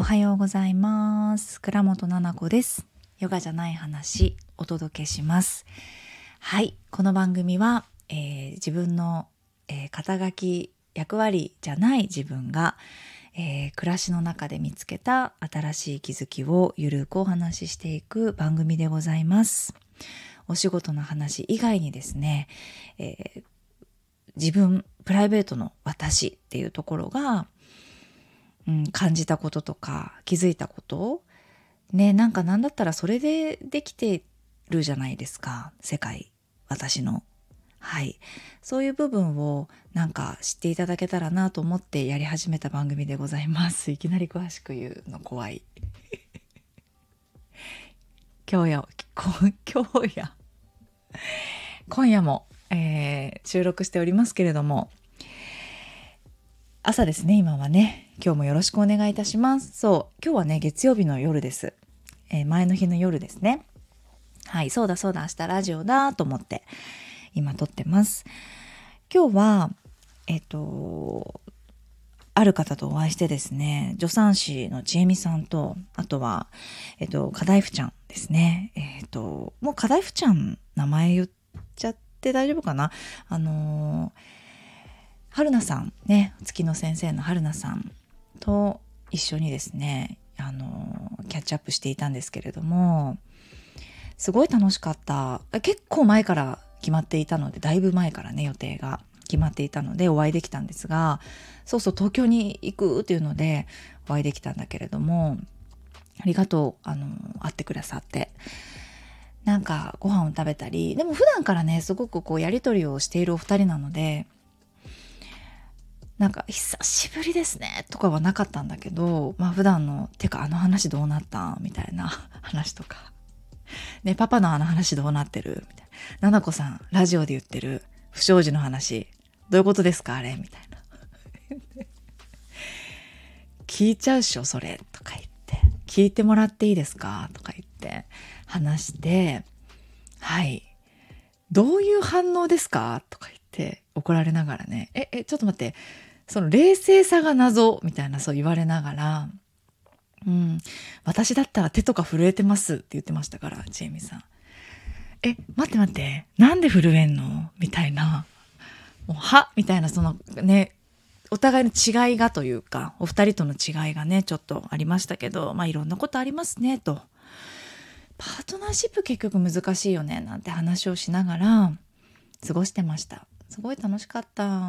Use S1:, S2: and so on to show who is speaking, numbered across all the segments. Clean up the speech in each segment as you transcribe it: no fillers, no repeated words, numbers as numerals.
S1: はようございます。倉本々子です。ヨガじゃない話お届けします。はい、この番組は、自分の、肩書き役割じゃない自分が、暮らしの中で見つけた新しい気づきをゆるくお話ししていく番組でございます。お仕事の話以外にですね、自分プライベートの私っていうところが、感じたこととか気づいたことね、なんだったらそれでできてるじゃないですか、世界、私の。はい、そういう部分を知っていただけたらなと思ってやり始めた番組でございます。いきなり詳しく言うの怖い。今夜も、収録しておりますけれども、朝ですね。今はね、今日もよろしくお願いいたします。そう、今日はね、月曜日の夜です。前の日の夜ですね。はい、そうだ明日ラジオだと思って今撮ってます。今日はある方とお会いしてですね、助産師のちえみさんと、あとはカダイフちゃんですね。もうカダイフちゃん名前言っちゃって大丈夫かな。春菜さんね、月の先生の春菜さんと一緒にですね、キャッチアップしていたんですけれども、すごい楽しかった。結構前から決まっていたので、だいぶ前からね、予定が決まっていたのでお会いできたんですが、そう東京に行くっていうのでお会いできたんだけれども、ありがとう、会ってくださって。ご飯を食べたり、でも普段からね、すごくやり取りをしているお二人なので、久しぶりですねとかはなかったんだけど、普段のてか話どうなったみたいな話とかね、パパの話どうなってるみたいな、ななこさんラジオで言ってる不祥事の話どういうことですかあれみたいな聞いちゃうっしょそれとか言って、聞いてもらっていいですかとか言って話して、はい、どういう反応ですかとか言って怒られながらね、ちょっと待って、その冷静さが謎みたいな、そう言われながら、私だったら手とか震えてますって言ってましたから、ジェイミーさん。待って、なんで震えんのみたいな、もうはみたいな、そのね、お互いの違いがというか、お二人との違いがね、ちょっとありましたけど、いろんなことありますねと。パートナーシップ結局難しいよねなんて話をしながら過ごしてました。すごい楽しかった。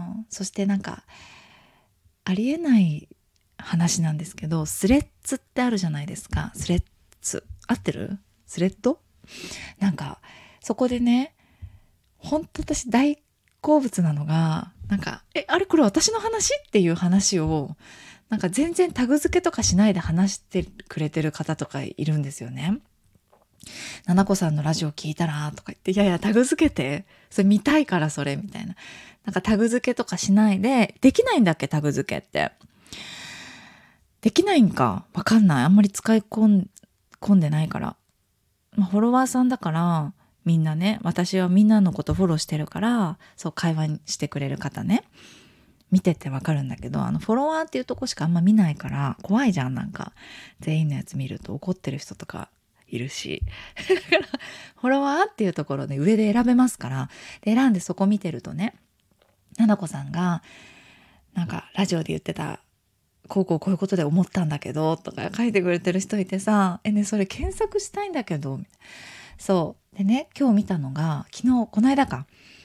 S1: そしてありえない話なんですけど、スレッズってあるじゃないですか。スレッズ合ってる？スレッド？そこでね、本当私大好物なのが、あれこれ私の話っていう話を全然タグ付けとかしないで話してくれてる方とかいるんですよね。ななこさんのラジオ聞いたらとか言って、いやタグ付けて、それ見たいからそれみたいな。タグ付けとかしないで、できないんだっけタグ付けって。できないんかわかんない。あんまり使い込んでないから。フォロワーさんだから、みんなね、私はみんなのことフォローしてるから、そう会話にしてくれる方ね。見ててわかるんだけど、フォロワーっていうとこしかあんま見ないから怖いじゃん。全員のやつ見ると怒ってる人とかいるし。だからフォロワーっていうところで上で選べますから、で選んでそこ見てるとね、ななこさんがラジオで言ってたこういうことで思ったんだけどとか書いてくれてる人いてさ、ね、それ検索したいんだけど、そうでね、今日見たのがこの間か、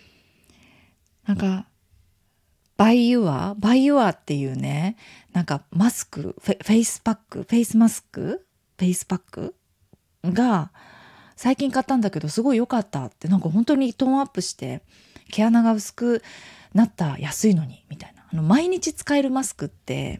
S1: バイユアっていうね、マスク、フェイスパックが最近買ったんだけどすごい良かったって、本当にトーンアップして毛穴が薄くなった、安いのにみたいな。毎日使えるマスクって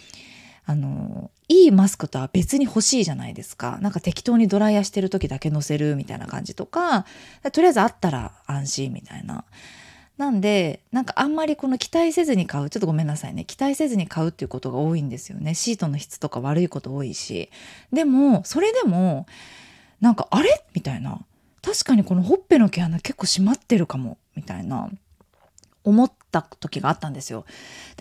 S1: いいマスクとは別に欲しいじゃないですか。適当にドライヤーしてる時だけ乗せるみたいな感じとか、とりあえずあったら安心みたいな。なんであんまり期待せずに買う、ちょっとごめんなさいね、期待せずに買うっていうことが多いんですよね。シートの質とか悪いこと多いし。でもそれでもあれみたいな、確かにこのほっぺの毛穴結構締まってるかもみたいな思った時があったんですよ。で、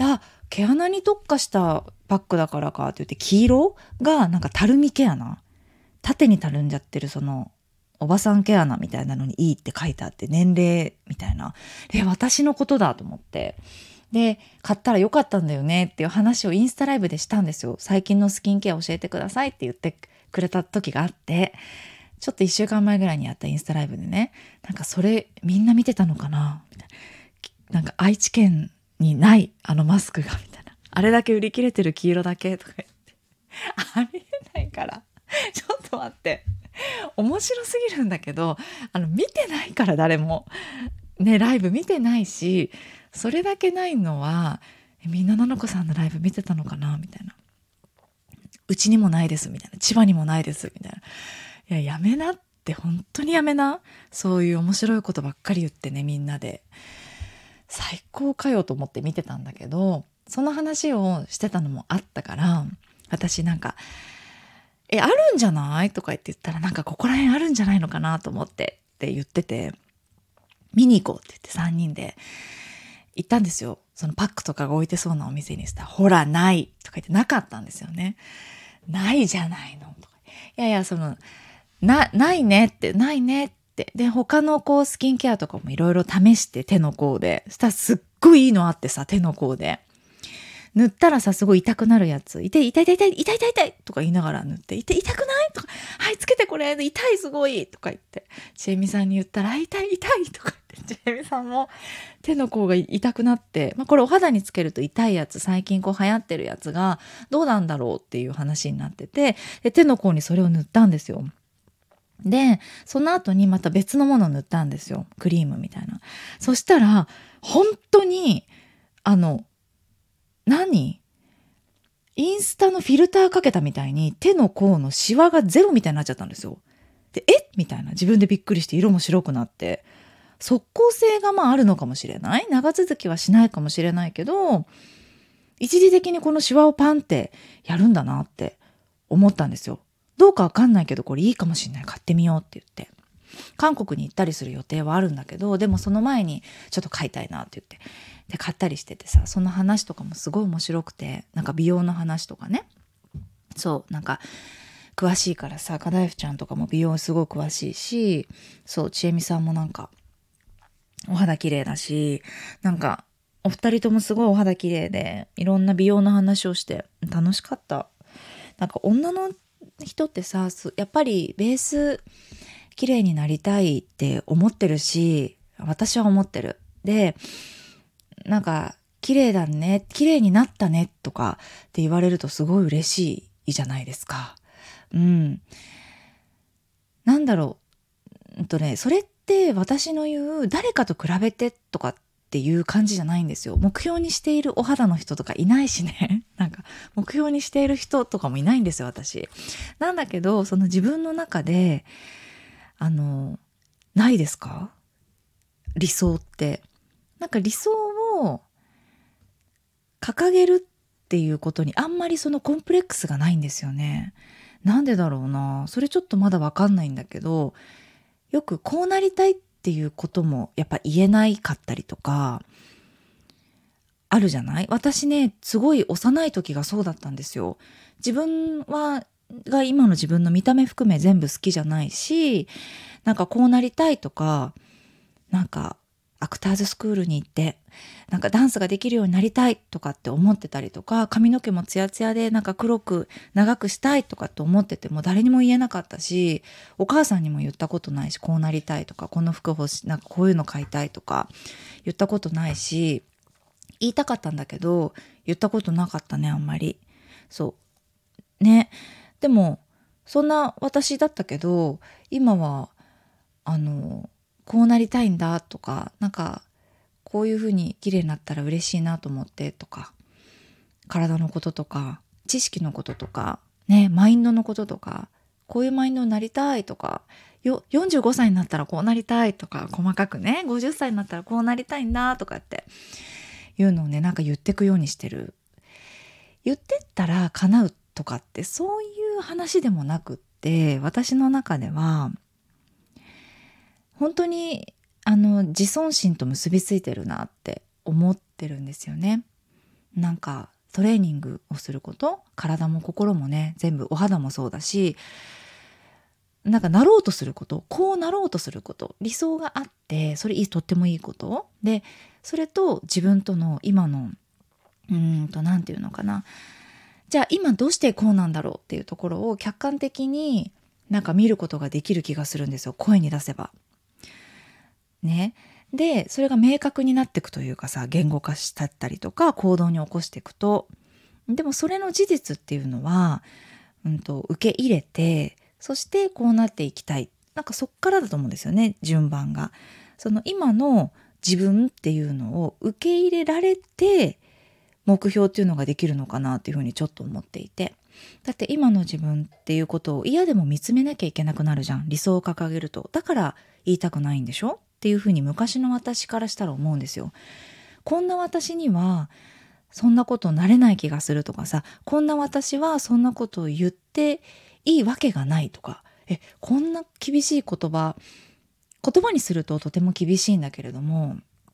S1: 毛穴に特化したパックだからかって言って、黄色がなんかたるみ毛穴、縦にたるんじゃってるそのおばさん毛穴みたいなのにいいって書いてあって、年齢みたいな、私のことだと思って、で買ったらよかったんだよねっていう話をインスタライブでしたんですよ。最近のスキンケア教えてくださいって言ってくれた時があって、ちょっと1週間前ぐらいにやったインスタライブでね、なんかそれみんな見てたのかなみたいな、なんか愛知県にないあのマスクがみたいな、あれだけ売り切れてる黄色だけとか言って、ありえないからちょっと待って、面白すぎるんだけど、見てないから誰もね、ライブ見てないし、それだけないのはみんな菜々子さんのライブ見てたのかなみたいな、うちにもないですみたいな、千葉にもないですみたいな、やめなって、本当にやめな、そういう面白いことばっかり言ってね、みんなで最高かよと思って見てたんだけど、その話をしてたのもあったから、私なんかあるんじゃないとか言って言ったら、なんかここら辺あるんじゃないのかなと思ってって言ってて、見に行こうって言って3人で行ったんですよ。そのパックとかが置いてそうなお店にしたら、ほらないとか言って、なかったんですよね。ないじゃないのとか、いやいや、ないねって、ないねって、で他のこうスキンケアとかもいろいろ試して、手の甲でしたらすっごいいいのあってさ、手の甲で塗ったらさ、すごい痛くなるやつ、痛い痛い痛い痛い痛い痛い痛いとか言いながら塗って、痛くないとか、はいつけてこれ、痛いすごいとか言ってちえみさんに言ったら、痛い痛いとか言って、ちえみさんも手の甲が痛くなって、これお肌につけると痛いやつ、最近こう流行ってるやつがどうなんだろうっていう話になってて、で手の甲にそれを塗ったんですよ。でその後にまた別のものを塗ったんですよ、クリームみたいな。そしたら本当にインスタのフィルターかけたみたいに手の甲のシワがゼロみたいになっちゃったんですよ。でみたいな、自分でびっくりして、色も白くなって、即効性があるのかもしれない、長続きはしないかもしれないけど、一時的にこのシワをパンってやるんだなって思ったんですよ。どうかわかんないけどこれいいかもしれない、買ってみようって言って、韓国に行ったりする予定はあるんだけど、でもその前にちょっと買いたいなって言って、で買ったりしててさ、その話とかもすごい面白くて、なんか美容の話とかね、そうなんか詳しいからさ、カダイフちゃんとかも美容すごい詳しいし、そうちえみさんもなんかお肌綺麗だし、なんかお二人ともすごいお肌綺麗で、いろんな美容の話をして楽しかった。なんか女の人ってさ、やっぱりベース綺麗になりたいって思ってるし、私は思ってる。でなんか綺麗だね、綺麗になったねとかって言われるとすごい嬉しいじゃないですか。なんだろう、それって私の言う誰かと比べてとかっていう感じじゃないんですよ。目標にしているお肌の人とかいないしねなんか目標にしている人とかもいないんですよ、私。なんだけど、その自分の中でないですか、理想って。なんか理想を掲げるっていうことにあんまりそのコンプレックスがないんですよね。なんでだろうな、それちょっとまだわかんないんだけど、よくこうなりたいっていうこともやっぱ言えないかったりとかあるじゃない。私ね、すごい幼い時がそうだったんですよ。自分が今の自分の見た目含め全部好きじゃないし、なんかこうなりたいとか、なんかアクターズスクールに行ってなんかダンスができるようになりたいとかって思ってたりとか、髪の毛もツヤツヤでなんか黒く長くしたいとかって思ってても誰にも言えなかったし、お母さんにも言ったことないし、こうなりたいとか、この服欲しい、なんかこういうの買いたいとか言ったことないし、言いたかったんだけど言ったことなかったね、あんまり。そうね。でもそんな私だったけど、今はこうなりたいんだとか、なんかこういう風に綺麗になったら嬉しいなと思ってとか、体のこととか知識のこととかね、マインドのこととか、こういうマインドになりたいとか、45歳になったらこうなりたいとか、細かくね、50歳になったらこうなりたいんだとかっていうのをね、なんか言ってくようにしてる。言ってったら叶うとかってそういう話でもなくって、私の中では本当に自尊心と結びついてるなって思ってるんですよね。 なんかトレーニングをすること、体も心もね、全部お肌もそうだし、なんかなろうとすること、こうなろうとすること、理想があって、それとってもいいことで、それと自分との今のなんていうのかな、じゃあ今どうしてこうなんだろうっていうところを客観的になんか見ることができる気がするんですよ、声に出せばね。でそれが明確になっていくというかさ、言語化したったりとか行動に起こしていくと、でもそれの事実っていうのは、受け入れて、そしてこうなっていきたい、なんかそっからだと思うんですよね、順番が。その今の自分っていうのを受け入れられて目標っていうのができるのかなっていうふうにちょっと思っていて、だって今の自分っていうことを嫌でも見つめなきゃいけなくなるじゃん、理想を掲げると。だから言いたくないんでしょっていうふうに昔の私からしたら思うんですよ。こんな私にはそんなことなれない気がするとかさ、こんな私はそんなことを言っていいわけがないとか、こんな厳しい言葉にするととても厳しいんだけれども、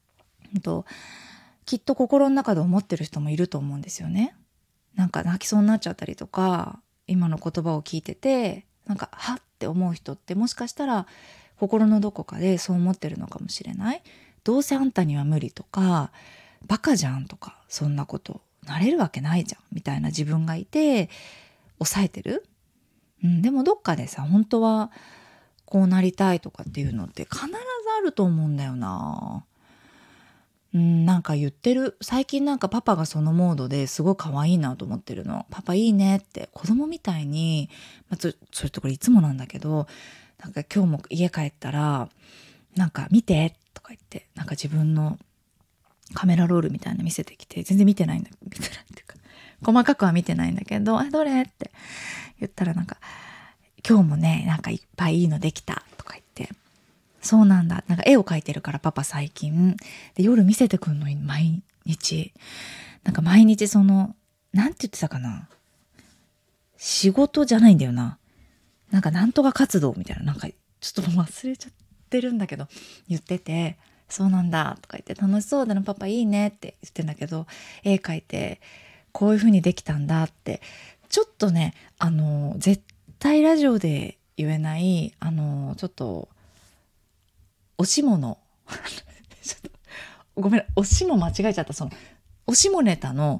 S1: きっと心の中で思ってる人もいると思うんですよね。なんか泣きそうになっちゃったりとか、今の言葉を聞いててなんかはって思う人って、もしかしたら心のどこかでそう思ってるのかもしれない。どうせあんたには無理とか、バカじゃんとか、そんなことなれるわけないじゃんみたいな自分がいて抑えてる。でもどっかでさ、本当はこうなりたいとかっていうのって必ずあると思うんだよな。なんか言ってる。最近なんかパパがそのモードですごい可愛いなと思ってるの。パパいいねって、子供みたいに、そういうところいつもなんだけど、なんか今日も家帰ったら、なんか見てとか言って、なんか自分のカメラロールみたいなの見せてきて、全然見てないんだ、見てないっていうか、細かくは見てないんだけど、どれって言ったら、なんか今日もね、なんかいっぱいいいのできたとか言って、そうなんだ。なんか絵を描いてるからパパ最近。で、夜見せてくんの毎日。なんか毎日なんて言ってたかな。仕事じゃないんだよな。なんかなんとか活動みたいな。なんかちょっと忘れちゃってるんだけど、言ってて、そうなんだとか言って、楽しそうだなパパいいねって言ってんだけど、絵描いてこういう風にできたんだって。ちょっとね、絶対ラジオで言えない、ちょっと、おしものごめん、おしも間違えちゃった。おしもネタの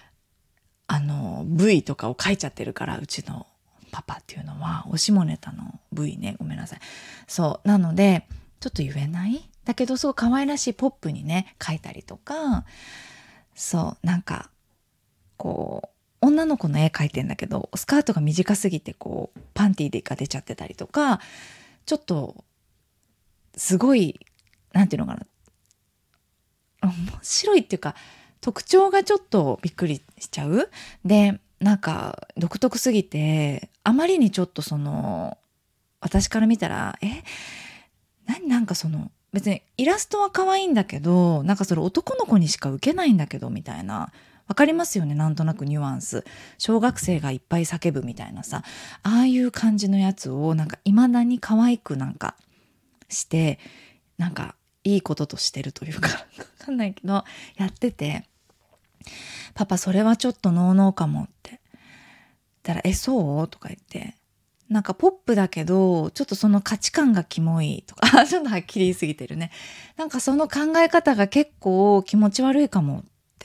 S1: 部位とかを書いちゃってるから、うちのパパっていうのはおしもネタの部位ね、ごめんなさい。そうなのでちょっと言えないだけど、そう可愛らしいポップにね書いたりとか、そうなんかこう女の子の絵描いてんだけど、スカートが短すぎてこうパンティーが出ちゃってたりとか、ちょっとすごい、なんていうのかな、面白いっていうか、特徴がちょっとびっくりしちゃう。で、なんか独特すぎて、あまりにちょっと私から見たら、なんか別にイラストは可愛いんだけど、なんかそれ男の子にしか受けないんだけどみたいな。わかりますよね、なんとなくニュアンス。小学生がいっぱい叫ぶみたいなさ、ああいう感じのやつをなんか未だに可愛くなんかして、なんかいいこととしてるというかわかんないけどやってて、パパそれはちょっとノーノーかもって言ったら、そうとか言って、なんかポップだけどちょっとその価値観がキモいとかちょっとはっきり言い過ぎてるね。なんかその考え方が結構気持ち悪いかもって。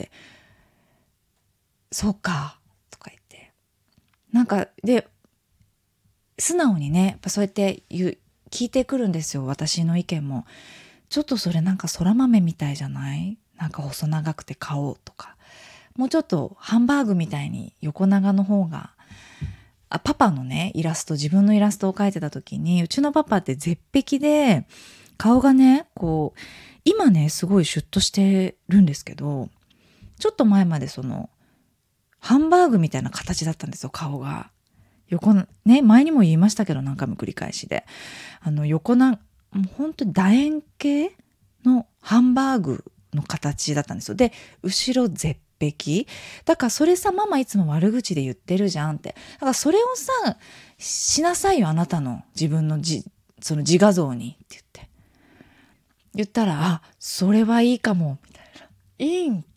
S1: そうかとか言って、なんかで素直にね、やっぱそうやって聞いてくるんですよ、私の意見も。ちょっとそれなんか空豆みたいじゃない？なんか細長くて顔とか。もうちょっとハンバーグみたいに横長の方が。パパのね、イラスト、自分のイラストを描いてた時に、うちのパパって絶壁で、顔がね、こう、今ね、すごいシュッとしてるんですけど、ちょっと前までハンバーグみたいな形だったんですよ、顔が。ね、前にも言いましたけど、何回も繰り返しで。もう本当に楕円形のハンバーグの形だったんですよ。で、後ろ絶壁。だからそれさ、ママいつも悪口で言ってるじゃんって。だからそれをさ、しなさいよ、あなたの自分のその自画像にって言ったら、それはいいかも、みたいな。いいんかいっ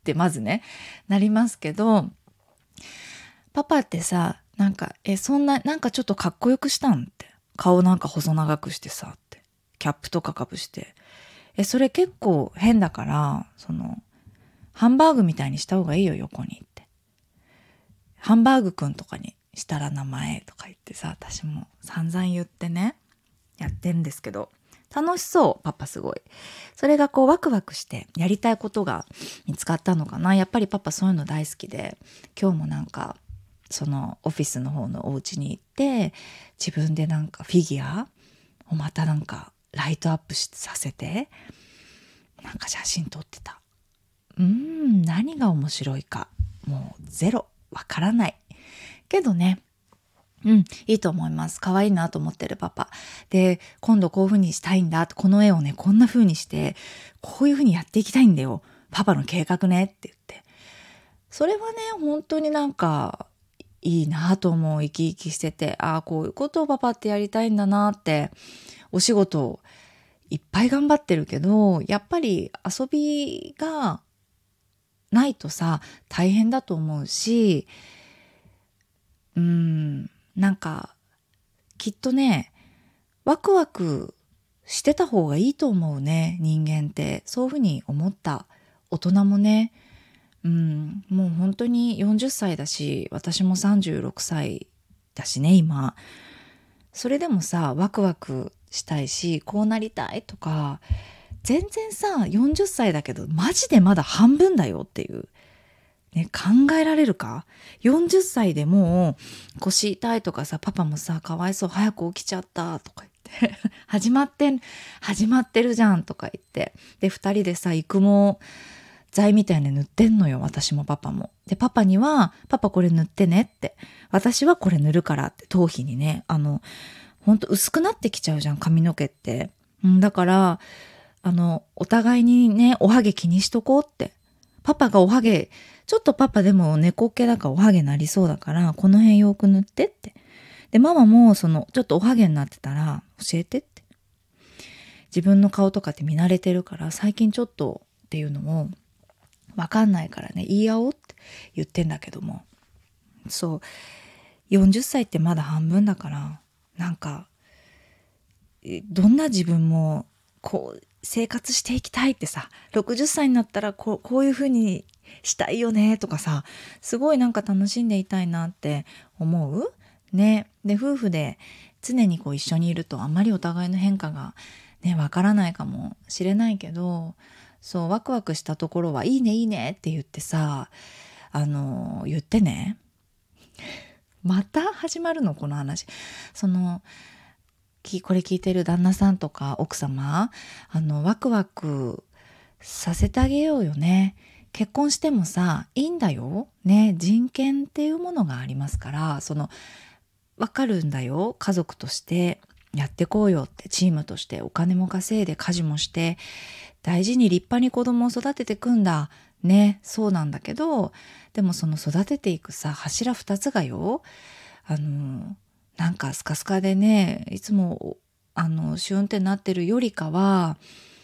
S1: ってまずね、なりますけど、パパってさ、なんか、そんな、なんかちょっとかっこよくしたんって。顔なんか細長くしてさ、って。キャップとかかぶして。それ結構変だから、ハンバーグみたいにした方がいいよ、横にって。ハンバーグくんとかにしたら名前とか言ってさ、私も散々言ってね、やってんですけど、楽しそう、パパすごい。それがこうワクワクしてやりたいことが見つかったのかな。やっぱりパパそういうの大好きで、今日もなんか、そのオフィスの方のお家に行って、自分でなんかフィギュアをまたなんかライトアップさせて、なんか写真撮ってた。何が面白いか、もうゼロ。わからない。けどね、いいと思います。可愛いなと思ってるパパ。で、今度こういう風にしたいんだ。この絵をね、こんな風にして、こういう風にやっていきたいんだよ。パパの計画ねって言って。それはね、本当になんか、いいなと思う。生き生きしてて、ああ、こういうことをパパってやりたいんだなって、お仕事いっぱい頑張ってるけど、やっぱり遊びがないとさ、大変だと思うし、なんか、きっとね、ワクワクしてた方がいいと思うね、人間って。そういうふうに思った。大人もね、もう本当に40歳だし、私も36歳だしね、今。それでもさ、ワクワクしたいし、こうなりたいとか、全然さ、40歳だけど、マジでまだ半分だよっていう。ね、考えられるか？ 40 歳でもう腰痛いとかさ、パパもさ、かわいそう、早く起きちゃったとか言って始まってるじゃんとか言って、で2人でさ、育毛剤みたいに塗ってんのよ、私もパパも。でパパには、パパこれ塗ってねって、私はこれ塗るからって、頭皮にね、ほんと薄くなってきちゃうじゃん、髪の毛って。だからお互いにね、おはげ気にしとこうって。パパがおはげ、ちょっとパパでも猫っ毛だからおはげなりそうだから、この辺よく塗ってって。で、ママもちょっとおはげになってたら教えてって。自分の顔とかって見慣れてるから、最近ちょっとっていうのもわかんないからね、言い合おうって言ってんだけども。そう。40歳ってまだ半分だから、なんか、どんな自分もこう生活していきたいってさ、60歳になったらこういう風にしたいよねとかさ、すごいなんか楽しんでいたいなって思うね。で、夫婦で常にこう一緒にいるとあんまりお互いの変化がね、わからないかもしれないけど、そう、ワクワクしたところはいいねいいねって言ってさ、言ってね。また始まるのこの話。これ聞いてる旦那さんとか奥様、ワクワクさせてあげようよね。結婚してもさ、いいんだよ。ね、人権っていうものがありますから、わかるんだよ。家族としてやってこうよって、チームとしてお金も稼いで家事もして、大事に立派に子供を育ててくんだ。ね、そうなんだけど、でもその育てていくさ、柱二つがよ、なんかスカスカでね、いつもシュンってなってるよりかは、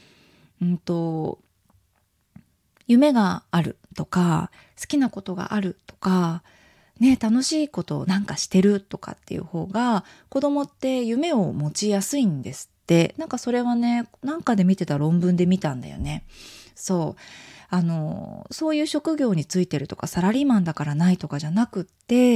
S1: 夢があるとか、好きなことがあるとか、ね、楽しいことをなんかしてるとかっていう方が、子供って夢を持ちやすいんですって。なんかそれはね、なんかで見てた論文で見たんだよね。そう。そういう職業についてるとか、サラリーマンだからないとかじゃなくって、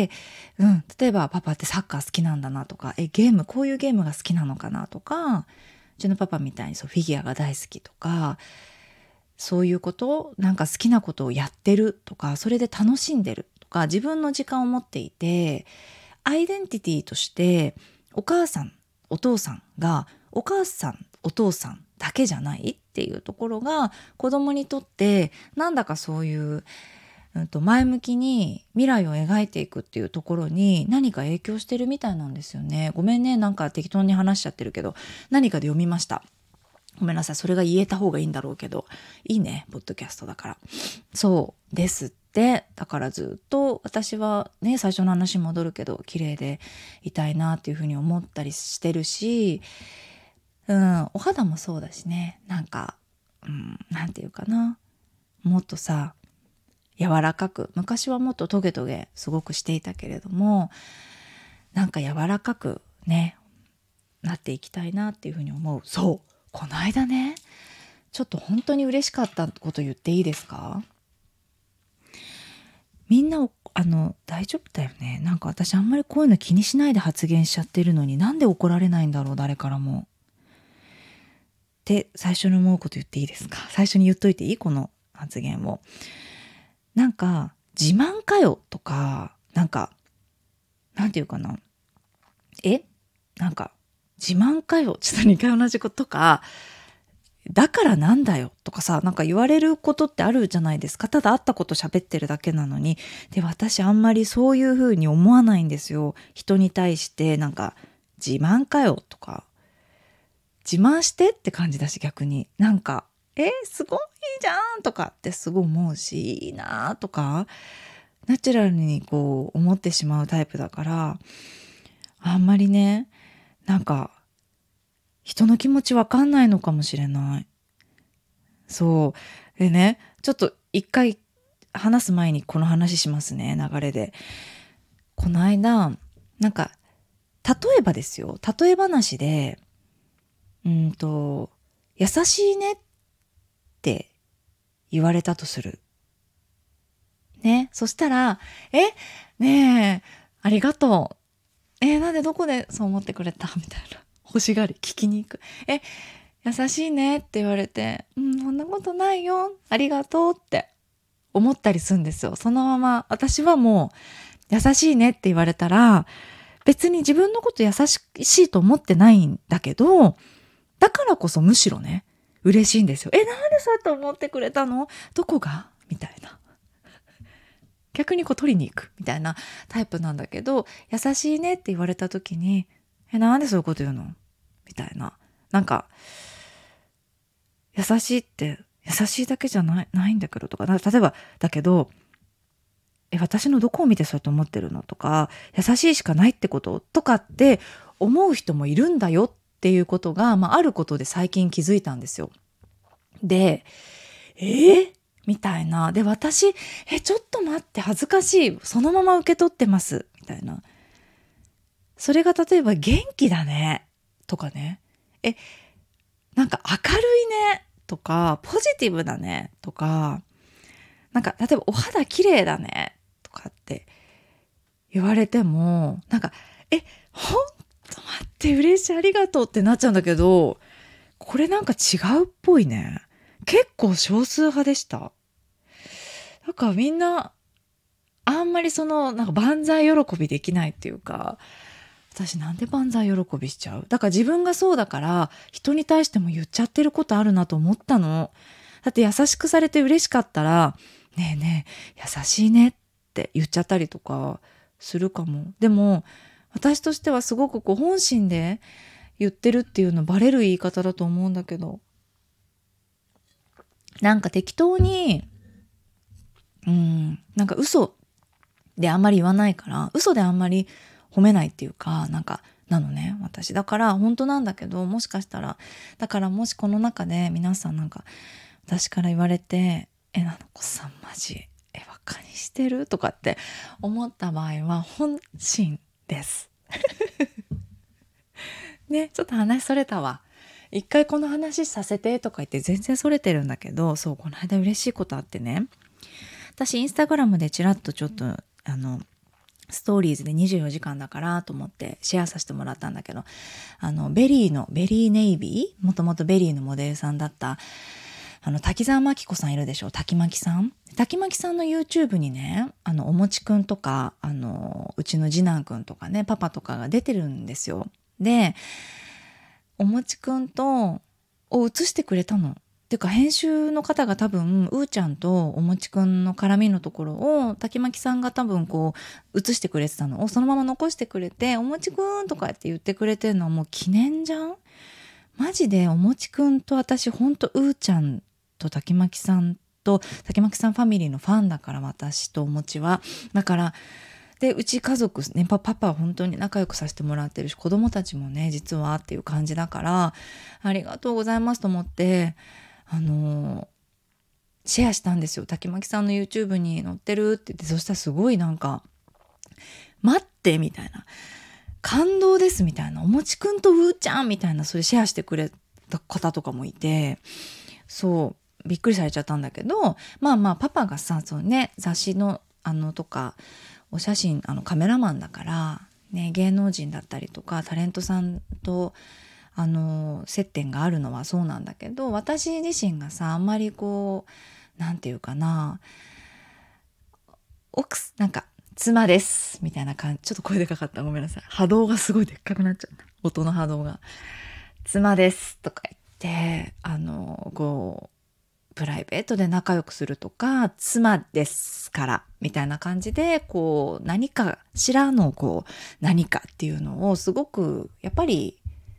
S1: 例えばパパってサッカー好きなんだなとか、こういうゲームが好きなのかなとか、うちのパパみたいにフィギュアが大好きとか、そういうこと、なんか好きなことをやってるとか、それで楽しんでるとか、自分の時間を持っていて、アイデンティティとしてお母さん、お父さんがお母さん、お父さんだけじゃないっていうところが、子供にとってなんだかそういう、前向きに未来を描いていくっていうところに何か影響してるみたいなんですよね。ごめんね、なんか適当に話しちゃってるけど、何かで読みました。ごめんなさい、それが言えた方がいいんだろうけど、いいね、ポッドキャストだから。そうですって。だからずっと私はね、最初の話に戻るけど、綺麗でいたいなっていうふうに思ったりしてるし、お肌もそうだしね、なんか、なんていうかな、もっとさ、 柔らかく、昔はもっとトゲトゲすごくしていたけれども、なんか柔らかくねなっていきたいなっていうふうに思う。そう、この間ね、ちょっと本当に嬉しかったこと言っていいですか？みんな大丈夫だよね。なんか私あんまりこういうの気にしないで発言しちゃってるのに、なんで怒られないんだろう、誰からも。って最初に思うこと言っていいですか？最初に言っといていい？この発言を。なんか自慢かよとか、なんかなんていうかな、なんか自慢かよ、ちょっと2回同じことか、だからなんだよとかさ、なんか言われることってあるじゃないですか。ただ会ったこと喋ってるだけなのに。で、私あんまりそういう風に思わないんですよ。人に対してなんか自慢かよとか、自慢してって感じだし、逆になんかすごいいいじゃんとかってすごい思うし、いいなとかナチュラルにこう思ってしまうタイプだから、あんまりね、なんか人の気持ちわかんないのかもしれない。そう。でね、ちょっと一回話す前にこの話しますね、流れで。この間、なんか、例えばですよ、例え話で、優しいねって言われたとする。ね、そしたら、ねえ、ありがとう。なんでどこでそう思ってくれたみたいな。欲しがり、聞きに行く。優しいねって言われて、そんなことないよ。ありがとうって思ったりするんですよ。そのまま、私はもう、優しいねって言われたら、別に自分のこと優しいと思ってないんだけど、だからこそむしろね、嬉しいんですよ。なんでそうやって思ってくれたの？どこが？みたいな。逆にこう取りに行くみたいなタイプなんだけど、優しいねって言われた時に、なんでそういうこと言うの？みたいな。なんか、優しいって優しいだけじゃないんだけどとか、例えばだけど、私のどこを見てそうやって思ってるのとか、優しいしかないってこととかって思う人もいるんだよっていうことが、あることで最近気づいたんですよ。で、みたいな。で、私、ちょっと待って、恥ずかしい。そのまま受け取ってます。みたいな。それが例えば元気だね。とかね。なんか明るいね。とか、ポジティブだね。とか、なんか例えばお肌綺麗だね。とかって言われても、なんか、ほんと待って、嬉しい、ありがとうってなっちゃうんだけど、これなんか違うっぽいね。結構少数派でした。なんかみんな、あんまりなんか万歳喜びできないっていうか、私なんで万歳喜びしちゃう？だから自分がそうだから、人に対しても言っちゃってることあるなと思ったの。だって優しくされて嬉しかったら、ねえねえ、優しいねって言っちゃったりとかするかも。でも、私としてはすごくこう本心で言ってるっていうのバレる言い方だと思うんだけど、なんか適当に、なんか嘘であんまり言わないから、嘘であんまり褒めないっていうか、なんか、なのね、私。だから本当なんだけど、もしかしたら、だからもしこの中で皆さんなんか、私から言われて、なのこさんマジ、バカにしてるとかって思った場合は、本心です。ね、ちょっと話それたわ。一回この話させてとか言って全然それてるんだけど、そう、この間嬉しいことあってね。私インスタグラムでちらっとちょっとストーリーズで24時間だからと思ってシェアさせてもらったんだけど、ベリーネイビー、もともとベリーのモデルさんだった滝沢真紀子さんいるでしょ、滝巻さんの YouTube にね、おもちくんとかうちの次男くんとかね、パパとかが出てるんですよ。で、おもちくんを映してくれたの。てか編集の方が多分うーちゃんとおもちくんの絡みのところを滝巻さんが多分こう映してくれてたのをそのまま残してくれて、おもちくんとかって言ってくれてるのはもう記念じゃん。マジでおもちくんと私ほんとうーちゃんと滝巻さんと滝巻さんファミリーのファンだから、私とおもちは。だからで、うち家族ね、パパは本当に仲良くさせてもらってるし、子供たちもね、実はっていう感じだから、ありがとうございますと思って、 シェアしたんですよ。滝巻さんの YouTube に載ってるって言って、そしたらすごいなんか、待ってみたいな、感動ですみたいな、おもちくんとうーちゃんみたいな、それシェアしてくれた方とかもいて、そうびっくりされちゃったんだけど、まあまあパパがさ、そうね、雑誌のとかお写真カメラマンだからね、芸能人だったりとかタレントさんと接点があるのはそうなんだけど、私自身がさ、あんまりこうなんていうかな、なんか妻ですみたいな感じ、ちょっと声でかかった、ごめんなさい、波動がすごいでっかくなっちゃった、音の波動が。妻ですとか言ってこうプライベートで仲良くするとか、妻ですからみたいな感じで、こう何かしらのこう何かっていうのをすごくやっぱり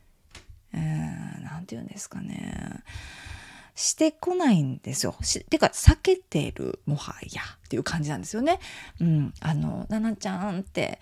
S1: なんていうんですかね、してこないんですよ。てか避けてる、もはやっていう感じなんですよね。ななちゃんって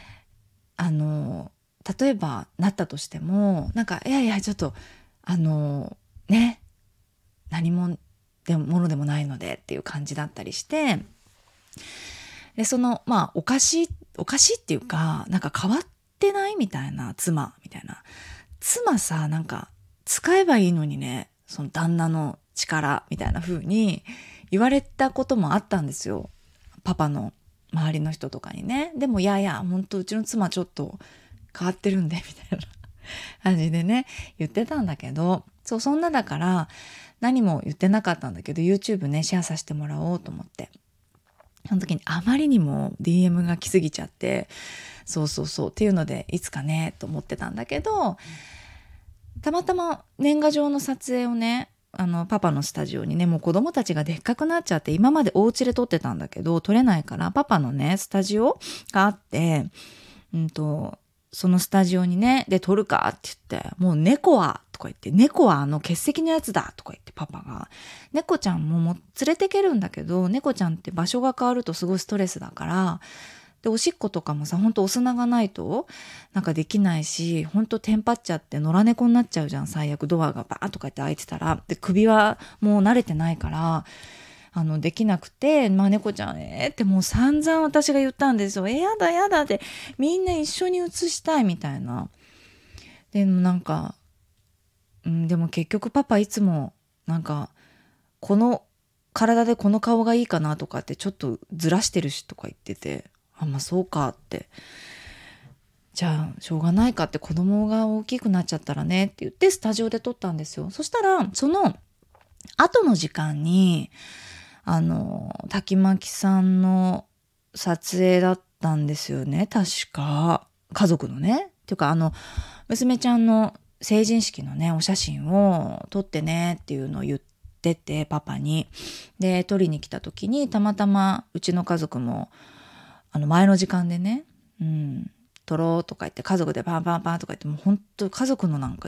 S1: 例えばなったとしても、なんかいやいやちょっとね、何もものでもないのでっていう感じだったりして、でまあおかしいっていうか、なんか変わってないみたいな、妻みたいな、妻さ、なんか使えばいいのにね、その旦那の力みたいな風に言われたこともあったんですよ、パパの周りの人とかにね。でもいやいや、本当うちの妻ちょっと変わってるんでみたいな感じでね言ってたんだけど、そんなだから何も言ってなかったんだけど、 YouTube ねシェアさせてもらおうと思って、その時にあまりにも DM が来すぎちゃって、そうっていうのでいつかねと思ってたんだけど、たまたま年賀状の撮影をね、パパのスタジオにね、もう子供たちがでっかくなっちゃって、今までお家で撮ってたんだけど撮れないから、パパのねスタジオがあって、そのスタジオにねで撮るかって言って、もう猫はとか言って、猫は欠席のやつだとか言って、パパが猫ちゃんも連れてけるんだけど、猫ちゃんって場所が変わるとすごいストレスだから、でおしっことかもさ、ほんとお砂がないとなんかできないし、ほんとテンパっちゃって野良猫になっちゃうじゃん、最悪ドアがバーッとかって開いてたら。で首はもう慣れてないからできなくて、まあ猫ちゃんってもう散々私が言ったんですよ。やだやだって、みんな一緒に写したいみたいな。でもなんか、でも結局パパいつもなんかこの体でこの顔がいいかなとかってちょっとずらしてるしとか言ってて、まあそうかって、じゃあしょうがないかって、子供が大きくなっちゃったらねって言ってスタジオで撮ったんですよ。そしたらその後の時間に滝巻さんの撮影だったんですよね、確か。家族のねっていうか、娘ちゃんの成人式のねお写真を撮ってねっていうのを言ってて、パパに。で撮りに来た時にたまたまうちの家族も前の時間でね、撮ろうとか言って家族でパンパンパンとか言って、もう本当家族のなんか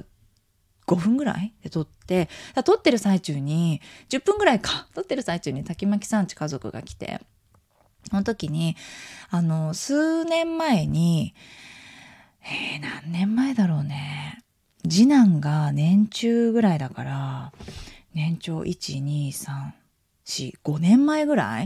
S1: 5分ぐらいで撮って、撮ってる最中に10分ぐらいか、撮ってる最中に滝巻さんち家族が来て、その時に数年前に、何年前だろうね、次男が年中ぐらいだから、年長12345年前ぐらい、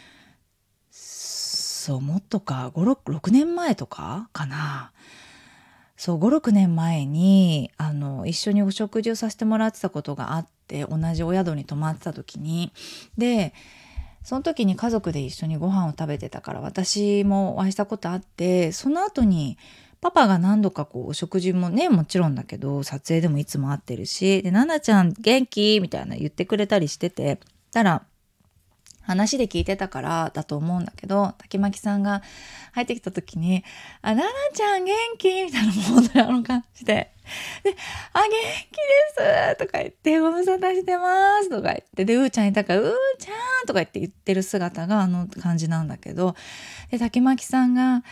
S1: そうもっとか6年前とかかな。そう5、6年前に一緒にお食事をさせてもらってたことがあって、同じお宿に泊まってた時に、でその時に家族で一緒にご飯を食べてたから、私もお会いしたことあって、その後にパパが何度かこうお食事もね、もちろんだけど撮影でもいつも会ってるし、で、ななちゃん元気みたいな言ってくれたりしてて、たら話で聞いてたからだと思うんだけど、滝巻さんが入ってきた時に「ななちゃん元気?」みたいな、もう感じで、で「元気です」とか言って「ご無沙汰してます」とか言って、でうーちゃんいたから「うーちゃん」とか言ってる姿が感じなんだけど、で滝巻さんが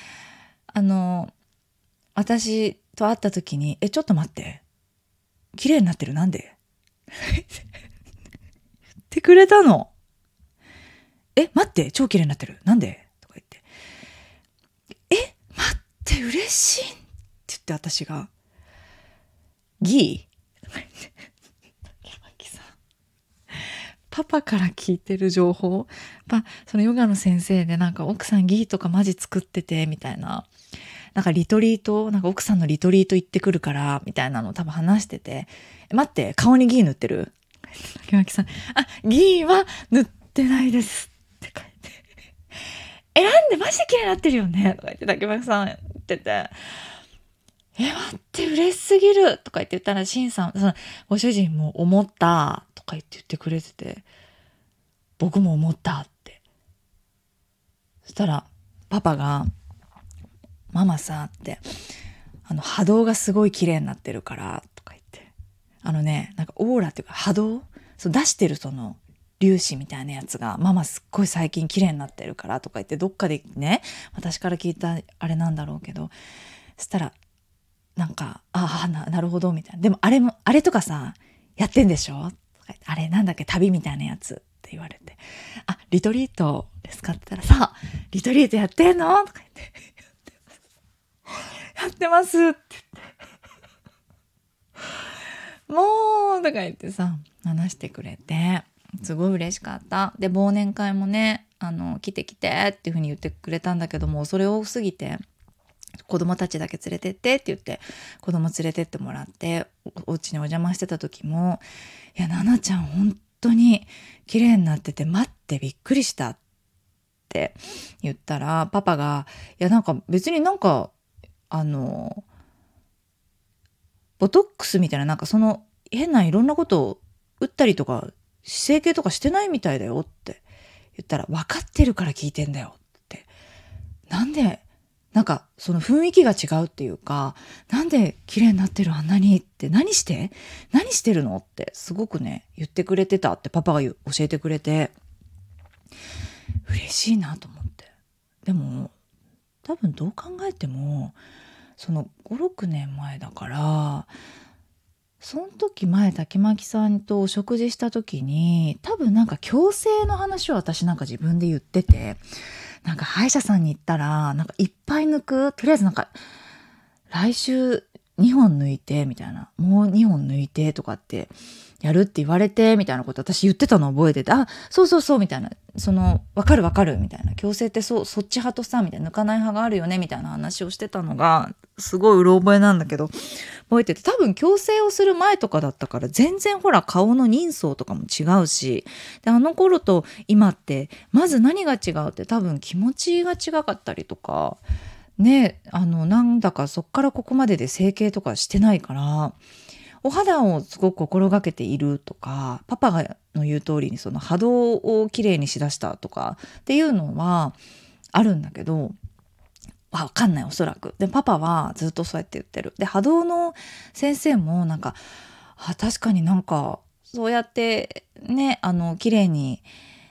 S1: 私と会った時に「ちょっと待って、綺麗になってる、なんで?」言ってくれたの。待って、超綺麗になってる、なんで?とか言って、待って嬉しいって言って、私がギーとか言って、滝巻さんパパから聞いてる情報、そのヨガの先生でなんか奥さんギーとかマジ作っててみたいな、なんかリトリート、なんか奥さんのリトリート行ってくるからみたいなのを多分話してて、待って顔にギー塗ってる？竹巻さん、ギーは塗ってないですって書いて、なんでマジで綺麗になってるよねとか言って竹巻さん言ってて、待って嬉しすぎるとか言って言ったら、シンさん、そのご主人も思ったとか言ってくれてて、僕も思ったって。そしたらパパが、ママさって、波動がすごい綺麗になってるからとか言って、なんかオーラっていうか波動、そう出してるその粒子みたいなやつが、ママすっごい最近綺麗になってるからとか言って、どっかでね、私から聞いたあれなんだろうけど、そしたらなんかなるほどみたいな。でもあれとかさやってんでしょとか言って、あれなんだっけ旅みたいなやつって言われて、リトリートですかって言ったら、さリトリートやってんのとか言ってやってますって言って、もうとか言ってさ話してくれて、すごい嬉しかった。で忘年会もね、来てっていう風に言ってくれたんだけども、それ多すぎて子供たちだけ連れてってって言って子供連れてってもらって、お家にお邪魔してた時も、いや、ななちゃん本当に綺麗になってて、待ってびっくりしたって言ったら、パパが、いやなんか別になんかボトックスみたいな、なんかその変ないろんなことを打ったりとか整形とかしてないみたいだよって言ったら、分かってるから聞いてんだよって、なんでなんかその雰囲気が違うっていうか、なんで綺麗になってるあんなにって、何してるのってすごくね言ってくれてたってパパが教えてくれて、嬉しいなと思って。でも多分どう考えてもその5、6年前だから、その時前竹巻さんとお食事した時に、多分なんか矯正の話を私なんか自分で言ってて、なんか歯医者さんに行ったらなんかいっぱい抜く、とりあえずなんか来週2本抜いてみたいな、もう2本抜いてとかってやるって言われてみたいなこと私言ってたの覚えてて、そうそうそうみたいな、そのわかるみたいな、矯正ってそっち派とさみたいな、抜かない派があるよねみたいな話をしてたのがすごいうろ覚えなんだけど覚えてて、多分矯正をする前とかだったから全然ほら顔の人相とかも違うし、であの頃と今ってまず何が違うって、多分気持ちが違かったりとかね、なんだかそっからここまでで整形とかしてないから、お肌をすごく心がけているとか、パパがの言う通りにその波動をきれいにしだしたとかっていうのはあるんだけど、わかんない、おそらく。でパパはずっとそうやって言ってる。で波動の先生もなんか、確かになんかそうやってね、きれいに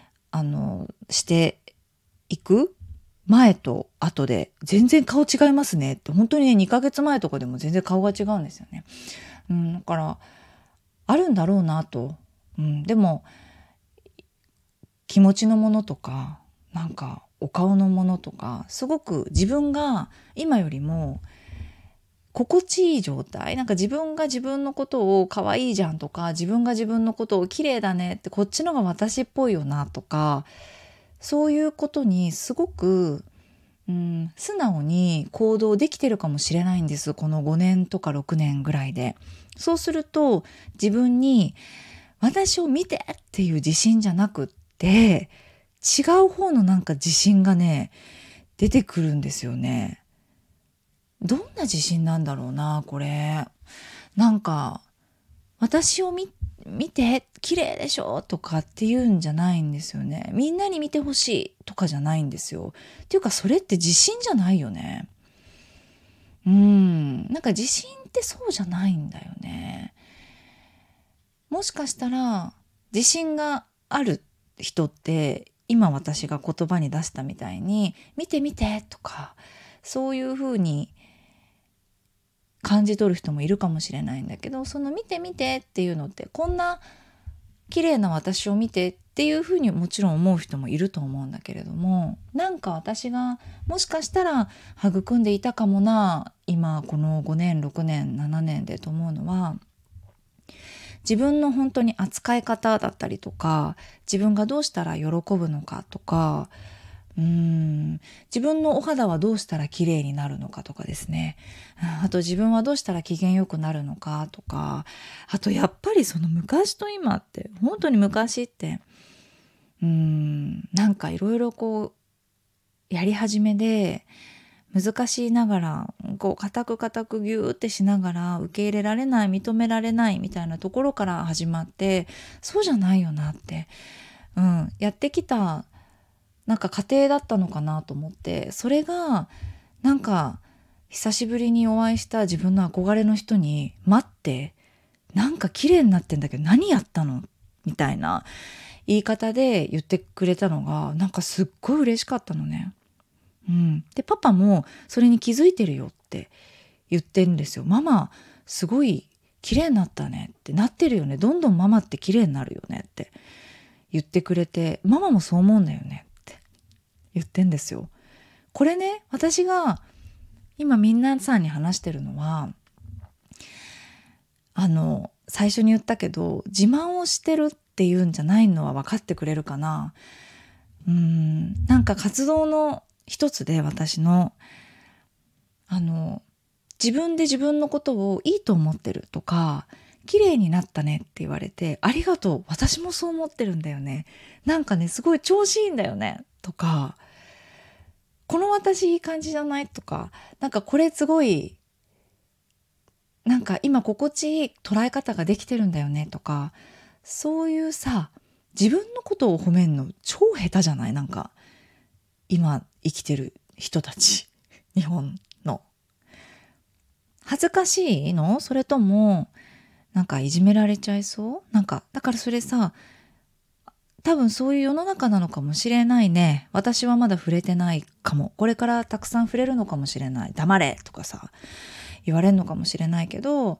S1: していく前と後で全然顔違いますねって、本当にね2ヶ月前とかでも全然顔が違うんですよね。だからあるんだろうなと。でも気持ちのものとか、なんかお顔のものとか、すごく自分が今よりも心地いい状態、なんか自分が自分のことを可愛いじゃんとか、自分が自分のことを綺麗だねって、こっちのが私っぽいよなとか、そういうことにすごく、素直に行動できてるかもしれないんです、この5年とか6年ぐらいで。そうすると自分に私を見てっていう自信じゃなくって、違う方のなんか自信がね出てくるんですよね。どんな自信なんだろうなこれ。なんか私を見て綺麗でしょとかっていうんじゃないんですよね。みんなに見てほしいとかじゃないんですよ。っていうかそれって自信じゃないよね。なんか自信ってそうじゃないんだよね。もしかしたら自信がある人って、今私が言葉に出したみたいに見て見てとか、そういう風に感じ取る人もいるかもしれないんだけど、その見て見てっていうのって、こんな綺麗な私を見てっていうふうにもちろん思う人もいると思うんだけれども、なんか私がもしかしたら育んでいたかもな、今この5年6年7年でと思うのは、 自分の本当に扱い方だったりとか、自分がどうしたら喜ぶのかとか、自分のお肌はどうしたら綺麗になるのかとかですね。あと自分はどうしたら機嫌よくなるのかとか、あとやっぱりその昔と今って本当に昔ってなんかいろいろこうやり始めで難しいながらこう固くギューってしながら受け入れられない認められないみたいなところから始まって、そうじゃないよなって、やってきたなんか過程だったのかなと思って、それがなんか久しぶりにお会いした自分の憧れの人に待ってなんか綺麗になってんだけど何やったのみたいな言い方で言ってくれたのがなんかすっごい嬉しかったのね。でパパもそれに気づいてるよって言ってるんですよ。ママすごい綺麗になったねって、なってるよね、どんどんママって綺麗になるよねって言ってくれて、ママもそう思うんだよねって言ってんですよ。これね、私が今みんなさんに話してるのは最初に言ったけど自慢をしてるっていうんじゃないのは分かってくれるかな。なんか活動の一つで私の自分で自分のことをいいと思ってるとか、綺麗になったねって言われてありがとう、私もそう思ってるんだよね、なんかねすごい調子いいんだよねとか、この私いい感じじゃないとか、なんかこれすごいなんか今心地いい捉え方ができてるんだよねとか、そういうさ自分のことを褒めんの超下手じゃない？なんか今生きてる人たち日本の恥ずかしいの？それともなんかいじめられちゃいそう？なんかだからそれさ、多分そういう世の中なのかもしれないね。私はまだ触れてないかも。これからたくさん触れるのかもしれない。黙れとかさ言われるのかもしれないけど、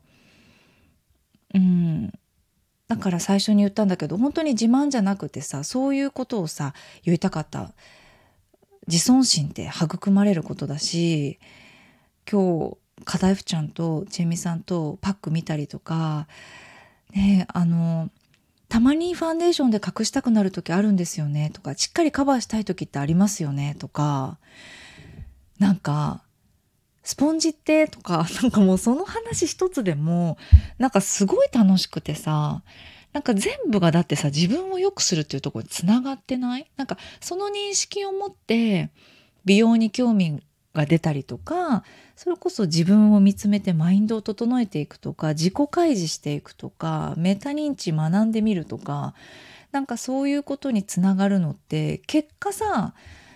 S1: だから最初に言ったんだけど、本当に自慢じゃなくてさ、そういうことをさ言いたかった。自尊心って育まれることだし、今日カダイフちゃんとチェミさんとパック見たりとかね、たまにファンデーションで隠したくなる時あるんですよねとか、しっかりカバーしたい時ってありますよねとか、なんかスポンジってとか、なんかもうその話一つでもなんかすごい楽しくてさ、なんか全部がだってさ自分を良くするっていうところにつながってない？なんかその認識を持って美容に興味が出たりとか、それこそ自分を見つめてマインドを整えていくとか、自己開示していくとか、メタ認知学んでみるとか、なんかそういうことにつながるのって結果さ、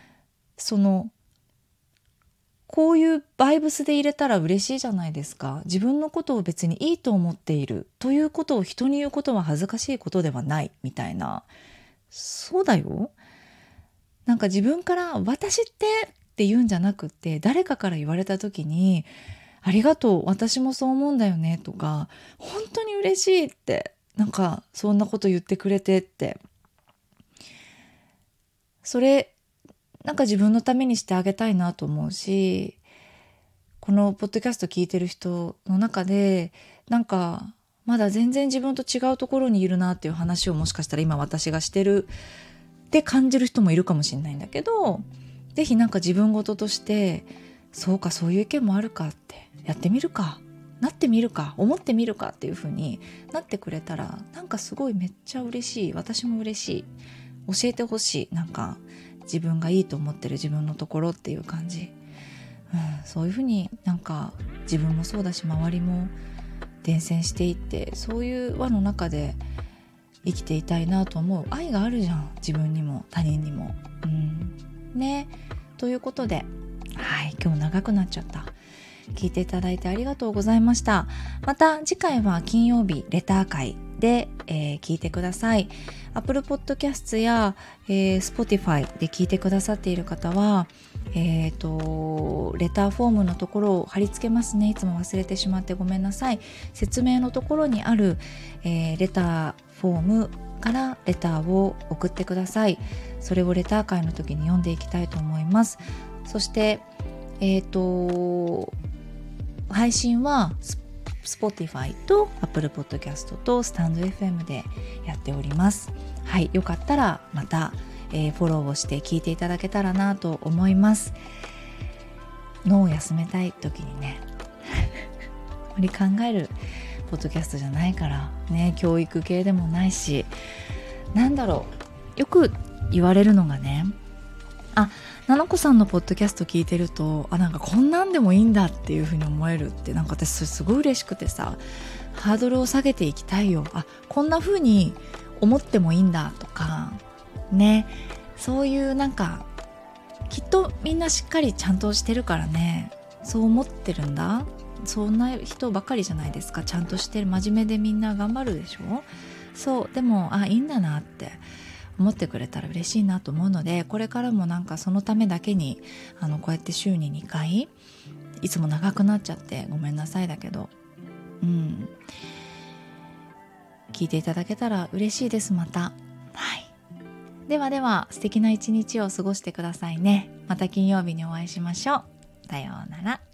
S1: こういうバイブスで入れたら嬉しいじゃないですか。自分のことを別にいいと思っているということを人に言うことは恥ずかしいことではないみたいな。そうだよ。なんか自分から私って言うんじゃなくて、誰かから言われた時にありがとう、私もそう思うんだよねとか、本当に嬉しいって、なんかそんなこと言ってくれてって、それなんか自分のためにしてあげたいなと思うし、このポッドキャスト聞いてる人の中でなんかまだ全然自分と違うところにいるなっていう話をもしかしたら今私がしてるって感じる人もいるかもしれないんだけど、ぜひなんか自分事としてそうか、そういう意見もあるかって、やってみるか、なってみるか、思ってみるかっていう風になってくれたら、なんかすごいめっちゃ嬉しい。私も嬉しい。教えてほしい。なんか自分がいいと思ってる自分のところっていう感じ、そういう風になんか自分もそうだし周りも伝染していって、そういう輪の中で生きていたいなと思う。愛があるじゃん、自分にも他人にも。ね、ということで、はい、今日長くなっちゃった。聞いていただいてありがとうございました。また次回は金曜日レター会で、聞いてください。Apple Podcast や、Spotify で聞いてくださっている方は、レターフォームのところを貼り付けますね。いつも忘れてしまってごめんなさい。説明のところにある、レターフォームからレターを送ってください。それをレター会の時に読んでいきたいと思います。そして配信は Spotify と Apple Podcast と StandFM でやっております。はい、よかったらまた、フォローをして聞いていただけたらなと思います。脳を休めたい時にねあまり考えるポッドキャストじゃないからね、教育系でもないし、なんだろう、よく言われるのがね、ななこさんのポッドキャスト聞いてると、なんかこんなんでもいいんだっていう風に思えるって、なんか私それすごい嬉しくてさ、ハードルを下げていきたいよ。こんな風に思ってもいいんだとかね、そういうなんかきっとみんなしっかりちゃんとしてるからね、そう思ってるんだ。そんな人ばっかりじゃないですか。ちゃんとしてる、真面目でみんな頑張るでしょ。そう、でもいいんだなって思ってくれたら嬉しいなと思うので、これからもなんかそのためだけにこうやって週に2回、いつも長くなっちゃってごめんなさいだけど、聞いていただけたら嬉しいです。また、はい、では素敵な一日を過ごしてくださいね。また金曜日にお会いしましょう。さようなら。